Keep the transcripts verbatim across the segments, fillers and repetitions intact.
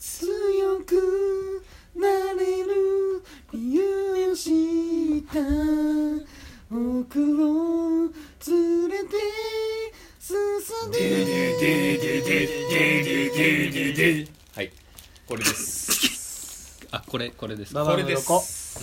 強くなれる理由を知った僕を連れて進んではい、これですあ、これこれですバか。 これです。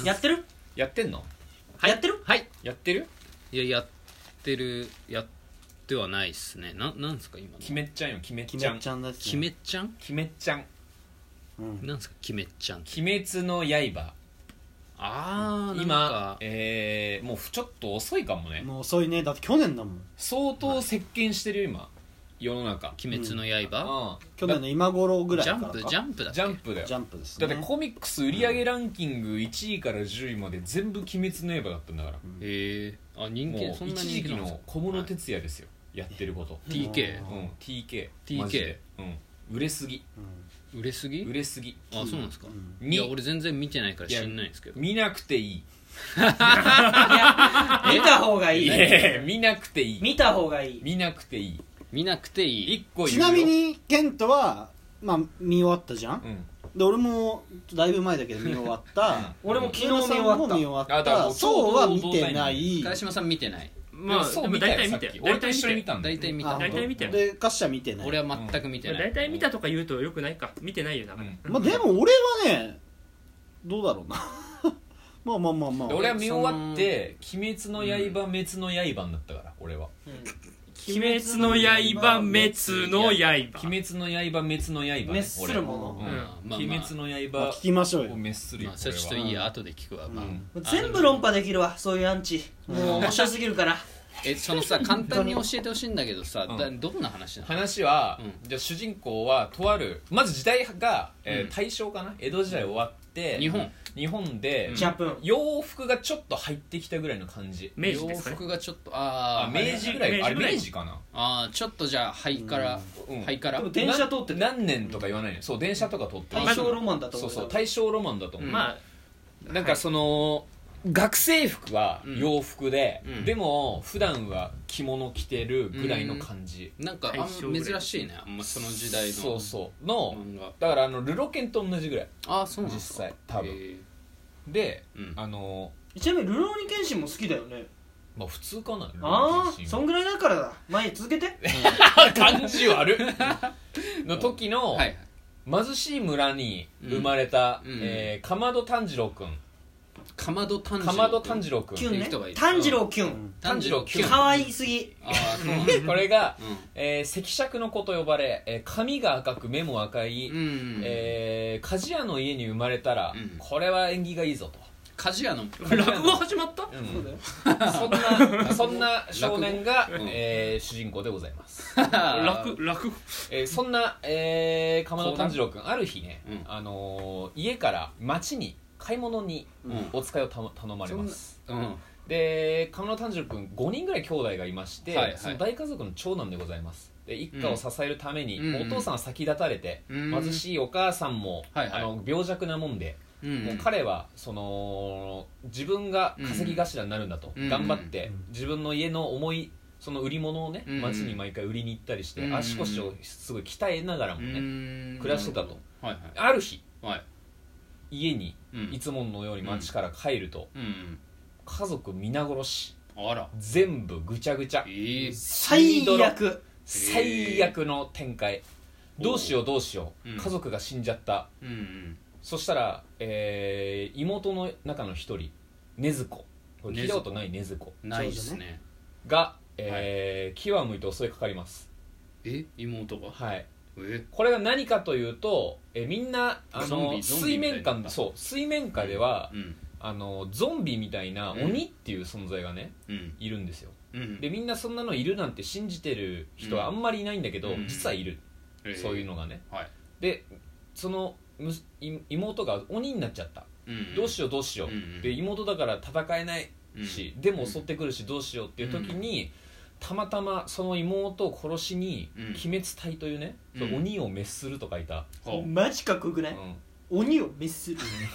やってるやってんの？ やってるはいやってる？ いや、やってる、やってはないっすね。な、なんすか今の。 きめっちゃんよ、きめっきちゃん。 めっちゃんですねきめっちゃん。 きめっちゃん。 うんなんすかきめっちゃん。 鬼滅の刃。 あー、なん今か、 えー、もうちょっと遅いかもね。 もう遅いね。だって去年だもん。 相当席巻してるよ今世の中。 鬼滅の刃、 うん、 去年の今頃ぐらいジャンからかプジャンプだっけ。 ジャンプだよ。 ジャンプですね。 だってコミックス売上ランキングいちいからじゅういまで全部鬼滅の刃だったんだから、 へえー、あ、人気もそなうん一時期人気なんですか。 の小室哲哉ですよ、やってること。 ティーケうん ティーケーティーケーマジで、うん、売れすぎー、売れすぎ。 売れすぎ。 あ、そうなんですか。 うんいや、俺全然見てないから知んないんですけど。 見なくていい。 いや見た方がいいいや見なくていい。 見た方がいい見なくていい。 見なくていい。 一個言うよ。 ちなみにケントはまあ見終わったじゃん、 うんで俺もだいぶ前だけど見終わった俺も昨日見終上田さんもわった見終わっあだからもたうちょうどそうは見てない川島さん見てない。 まあそうでも大体見さってき大俺と一緒に見体たんだよ。 大体見た。 あ大体見たよでカッシャ見てない俺は全く見てない。 大体見たとか言うとよくないか。見てないよだから、 うんまあでも俺はねどうだろうなまあまあまあまあで俺は見終わって「鬼滅の刃滅の刃」になったから俺は。 鬼滅の刃滅の刃。 鬼滅の刃滅の刃ね。 滅するもの俺うんうんまあまあ鬼滅のまあ刃聞きましょうよを滅するよまあ、それちょっといいや、後で聞くわ。まあ、 うん全部論破できるわそういうアンチもう面白すぎるからえ、そのさ、簡単に教えてほしいんだけどさ、 うんだどんな話なの。 話は、 うじゃあ主人公はとあるまず時代が、えーうん大正かな、江戸時代終わって日本日本で、 ジャプン洋服がちょっと入ってきたぐらいの感じ。 洋明治ですかね。 服がちょっと、ああー、 明治ぐらい、あれ明治ぐらい明治かな。 あー、ちょっとじゃあハイカラ、 うんハイカラでも電車通ってたな何年とか言わないの。そう電車とか通ってる。 大正ロマンだとそう思うそう大正ロマンだと思う、 まあなんかその、学生服は洋服で、 うんでも普段は着物着てるぐらいの感じ、 なんかあん大正ぐらい珍しいね、あんまその時代のそうそうの漫画。 だからあのルロケンと同じぐらいあー、そうなんですか。 実際多分へーで、 うんあのちなみにルローニケンシンも好きだよねまあ普通かな。ルロあケンシンあそんぐらいだからだ前続けて感じ悪の時の、 はいはい。 貧しい村に生まれた、 うんえー、かまど炭治郎くんかまど炭治郎。 かまど炭治郎くんキュンねいい人がいる炭治郎キュン炭治郎キュンかわいすぎあー、そうなんだ。 これが、 うえー、赤尺の子と呼ばれ、えー髪が赤く目も赤い、 ん。うん。 えー、鍛冶屋の家に生まれたら、 うんこれは縁起がいいぞと、 鍛冶屋の落語始まった。 うんそうだよそんなそんな少年が、 うんえー主人公でございます、 落落語。 えーそんな、えー、鎌野炭治郎君ある日ね、 うんあのー家から町に買い物にうんお使いをた頼まれます、 うん。 で鎌野炭治郎君ごにんぐらい兄弟がいまして、 はいはいその大家族の長男でございます。で一家を支えるために、 うんお父さんは先立たれて、 うん貧しいお母さんも、 はいはいあの病弱なもんで、 うん。 もう彼はその自分が稼ぎ頭になるんだと、 うん頑張って自分の家の重いその売り物をね、 うん町に毎回売りに行ったりして、 うん足腰をすごい鍛えながらもね、 ね暮らしてたと。 はいある日はい。はい。 家にうんいつものように町から帰ると、 うん。 家族皆殺し、 あら。 全部ぐちゃぐちゃ、 ええ。 最悪最悪の展開、どうしようどうしよう、 うん家族が死んじゃった。 うんうん。 そしたら、えー妹の中の一人禰豆子、これ聞いたことない禰豆子ないですね。 が、えー牙を向いて襲いかかります。 え、妹が。 はい、 え。 これが何かというと、えーみんなあゾンのビゾンビ水面みたいな下そう水面下では、 うん。 あのゾンビみたいなうん鬼っていう存在がね、 うん。 いるんですよ。 うん。 でみんなそんなのいるなんて信じてる人はあんまりいないんだけど、 うん実はいる、 ええそういうのがね。 はい。 でそのむい妹が鬼になっちゃった、 うん。 どうしようどうしよう、 うんうんで妹だから戦えないし、でも襲ってくるしどうしようっていう時に、たまたまその妹を殺しに、 うん鬼滅隊というね、 うんその鬼を滅すると書いた、 ほうマジかっこよくないうん鬼を滅する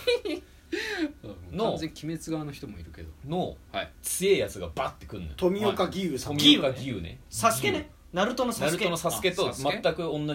の完全に鬼滅側の人もいるけど。 のはい。 強いやつがバッてくんのよ。 富岡義勇さん、 富岡義勇ね、 サスケねナルトのサスケナルトのサスケとあサスケ全く同じ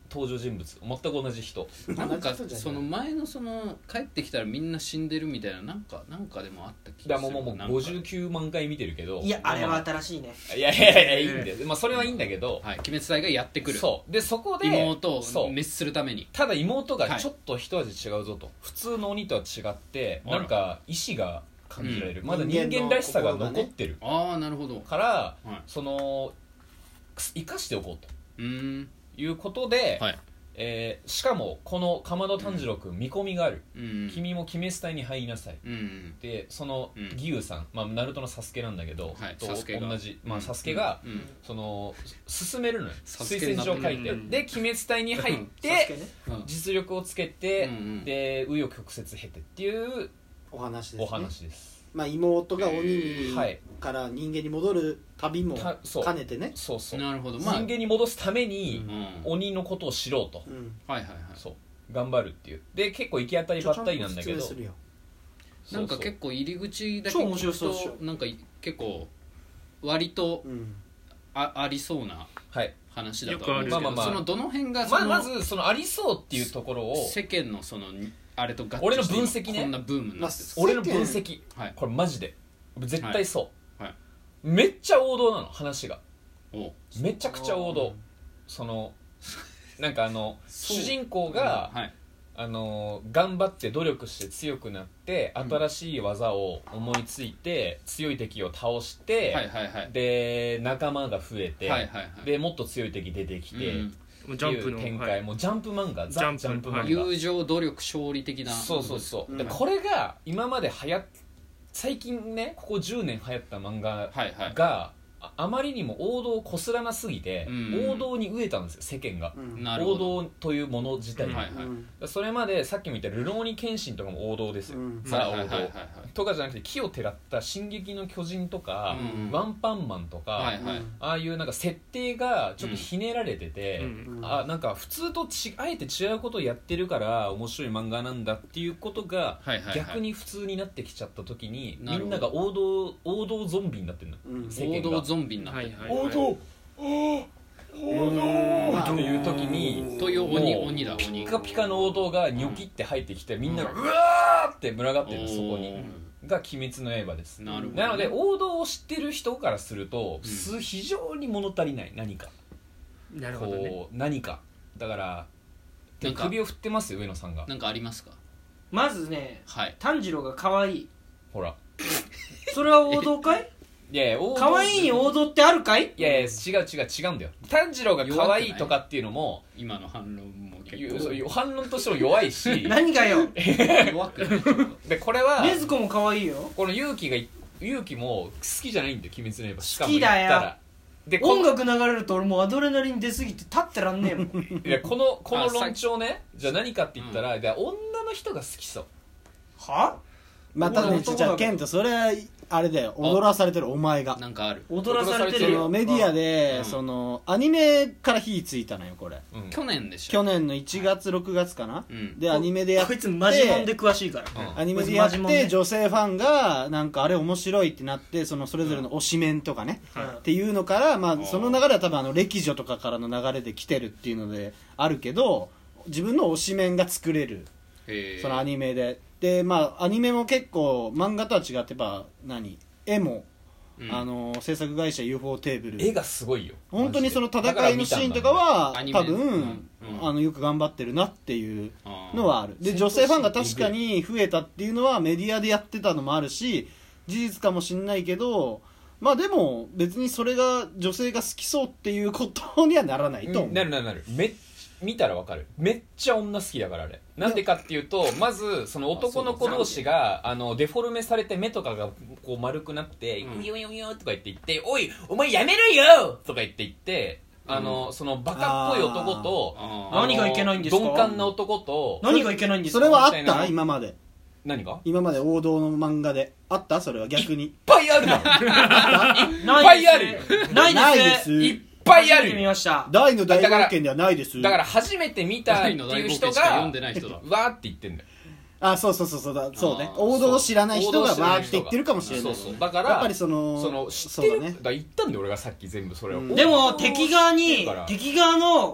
登場人物全く同じ人。 なんかその前のその帰ってきたらみんな死んでるみたいななんかなんかでもあった気だがする。 からもうもうごじゅうきゅうまんかい見てるけど、 いやあれは新しいね。 いやいやいやいいんだよ、まあそれはいいんだけど、 はい、鬼滅隊がやってくる。 そうでそこで妹をそう滅するために。 ただ妹がちょっと一味違うぞと、普通の鬼とは違ってあらなんか意志が感じられる、 うんまだ人間らしさが残ってるああなるほど。 から、 はいその生かしておこうとうーんいうことで、 はい。 えーしかもこの竈門炭治郎君見込みがある、 うん君も鬼滅隊に入りなさい、 うんでそのうん義勇さん、まあ、ナルトのサスケなんだけど、 はいとサスケが同じ、まあ、 うんサスケが、 うんその進めるのよサスケ推薦状を書いて、 うんで鬼滅隊に入っサスケてねうん実力をつけて、 うんうんで紆余曲折経てっていうお話ですね。 お話です、 まあ妹が鬼にはいから人間に戻る旅もたそう兼ねてね。 そうそう、 なるほど。まあ人間に戻すためにうん鬼のことを知ろうと、 うん。 はいはいはい。 そう頑張るっていうで結構行き当たりばったりなんだけどちょっと説明するよ。 なんかそうそう結構入り口だけ超面白そうっしょ聞くとなんか結構割とうん。 あありそうなはい話だとは思うんですけど、 よくあるまあまあまあそのどの辺がそのままずそのありそうっていうところを世間のそのあれと合致して俺の分析ねこんなブームになってるんですか。 俺の分析はいこれマジで絶対そう、 はいめっちゃ王道なの話がおめちゃくちゃ王道そのなんかあのそう主人公が、 はいあの頑張って努力して強くなって新しい技を思いついて強い敵を倒して、 はいはいはいで仲間が増えて、 はいはいはいでもっと強い敵出てきて、 うんもうジャンプのっていう展開、 はいもうジャンプ漫画ザ・ジャンプジャンプ漫画、 はい友情努力勝利的な。 そうそうそう、 うんでこれが今まで流行っ最近ねここじゅうねん流行った漫画はいはいがああまりにも王道をこすらなすぎて、 うん王道に飢えたんですよ世間が、 うん。 王なるほど。 道というもの自体が、 はいはいうんそれまでさっきも言った「ルローニケンシン」とかも王道ですよ、 うんザ・王道、 はいはいはいはいとかじゃなくて木をてらった「進撃の巨人」とか、 うんワンパンマンとか、 はいはいああいうなんか設定がちょっとひねられてて、 うんうんあなんか普通とちあえて違うことをやってるから面白い漫画なんだっていうことがはいはいはい逆に普通になってきちゃった時になるほどみんなが王道王道ゾンビになってるの、 うん世間が王道ゾンビになってる。 はいはい王道王道っていう時にという鬼もう鬼だ鬼。 ピカピカの王道がニョキって入ってきてみんながうわーって群がってるそこにが「鬼滅の刃」ですなるほどねなので王道を知ってる人からすると、 うんす非常に物足りない何かなるほどねこう何かだからなんか首を振ってますよ上野さんがなんかありますか。 まずねはい。 炭治郎が可愛いほらそれは王道かいいやいや王道可愛いに王道ってあるかいいやいや違う違う違うんだよ炭治郎が可愛いとかっていうのも今の反論も結いうそういう構反論としても弱いし何がよ弱くないちょっと。 でこれは禰豆子も可愛いよこの勇気が勇気も好きじゃないんだよ鬼滅の刃しかも好きだよ言ったらでこの音楽流れると俺もうアドレナリン出すぎて立ってらんねえもんいやこのこのあさ論調ねじゃあ何かって言ったら、で女の人が好きそうはまあただね男だじゃあケントそれはあれだよ踊らされてるお前がなんかある。 踊らされてそるよのメディアで、 うんそのアニメから火ついたのよこれうん去年でしょ。 去年のいちがつろくがつかな、 うんでアニメでやってこいつマジモンで詳しいからうんアニメでやっこいつマジモンねて女性ファンがなんかあれ面白いってなってそのそれぞれの推しメンとかね、 うんっていうのから、まあ、 ーその流れは多分あの歴女とかからの流れで来てるっていうのであるけど自分の推しメンが作れるへーそのアニメででまあアニメも結構漫画とは違ってやっぱ何絵も、 うんあの制作会社 ユーフォー テーブル絵がすごいよ本当にそのマジで戦いのシーンとかはアニメ多分、 うんうんあのよく頑張ってるなっていうあーのはあるで戦闘女性ファンがシーン確かに増えたっていうのはメディアでやってたのもあるし事実かもしんないけどまあでも別にそれが女性が好きそうっていうことにはならないと思う、 なるなるなるめっ見たらわかるめっちゃ女好きだからあれなんでかっていうとまずその男の子同士があのデフォルメされて目とかがこう丸くなってうん 「ヨヨヨヨ」とか言って言って「おいお前やめろよ!」とか言って言ってあのそのバカっぽい男とああの何がいけないんですか鈍感な男と何がいけないんですかそれはあっみたいなた今まで何がいっ今まで王道の漫画であったそれは逆にぱいあるだろないいっぱいあるよないですないですいっぱいあ初めて見るよました大の大冒険ではないですだから初めて見たって大の大いう人冒険しか読がんでない人だわーって言ってんだよあそうそうそうそうだそうねあー王道を知らない人が王道を知らない人がわーって言ってるかもしれないそうそうだからやっぱりそのその知ってるそうだねだから言ったんだよ俺がさっき全部それを、 うんでも敵側に知ってるから敵側の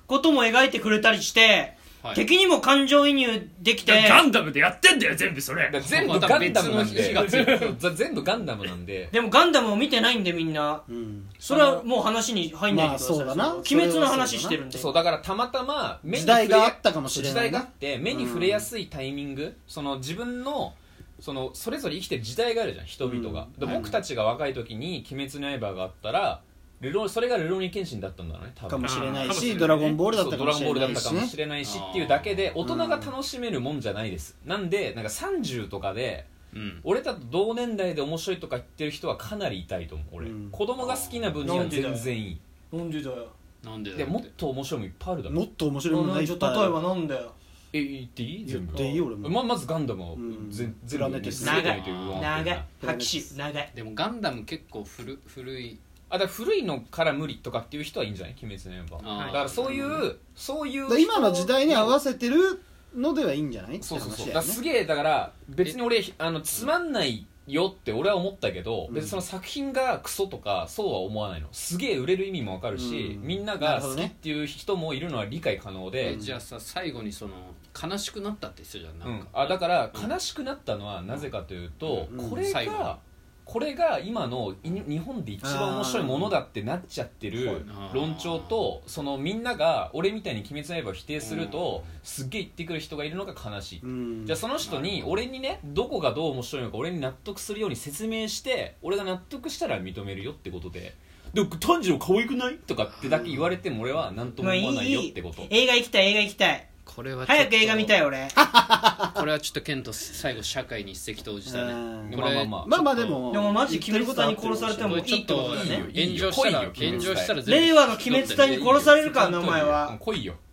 ことも描いてくれたりして、 はい、 敵にも感情移入できてガンダムでやってんだよ全部それ。 全部ガンダムなんでまた別の日そう全部ガンダムなんで。 でもガンダムを見てないんでみんな、 うん、 それはもう話に入んないでください、 まあそうだな、 鬼滅の話してるんで。 そうだからたまたま目に時代があったかもしれないな。 時代があって目に触れやすいタイミング、うん、その自分のそのそれぞれ生きてる時代があるじゃん人々が、うん、で僕たちが若い時に「鬼滅の刃」があったらルロそれがルローニケンシンだったんだろうね多分かもしれないし、 あードラゴンボールだったかドラゴンボールだもしれないし、ね、 ったかもしれないしっていうだけで大人が楽しめるもんじゃないです、うん、なんでなんかさんじゅうとかで、うん、俺たちと同年代で面白いとか言ってる人はかなり痛いと思う俺、うん、子供が好きな分には全然いい。 なんでだよなんでだよでもっと面白いもいっぱいあるだろ。 もっと面白いものがいっぱいある。 例えばなんだよ。 え言っていい全部言っていい俺も、 ままずガンダムを全部連ねて長い長い拍手長い。 でもガンダム結構古古いあだから古いのから無理とかっていう人はいいんじゃない鬼滅の刃だからそういうそういう今の時代に合わせてるのではいいんじゃない？ そうそうそう、 ね、 だからすげえだから別に俺あのつまんないよって俺は思ったけど、うん、別にその作品がクソとかそうは思わないの。すげえ売れる意味もわかるし、うん、みんなが好きっていう人もいるのは理解可能で、 えじゃあさ最後にその悲しくなったって人じゃんなんか、 うん、あだから悲しくなったのはなぜかというと、うん、これがこれが今の日本で一番面白いものだってなっちゃってる論調と、そのみんなが俺みたいに鬼滅の刃を否定するとすっげえ言ってくる人がいるのが悲しい。じゃあその人に俺にねどこがどう面白いのか俺に納得するように説明して俺が納得したら認めるよってことで、でも炭治郎可愛くないとかってだけ言われても俺は何とも思わないよってこと。 いいいい映画行きたい映画行きたい。 これは早く映画見たい俺。 これはちょっとケント最後社会に一石投じたね。 これまあまあまあまあまあでもでもマジ鬼滅隊に殺されてもいいってことだね。 炎上したら炎上したら令和の鬼滅隊に殺されるからなお前は。 来いよ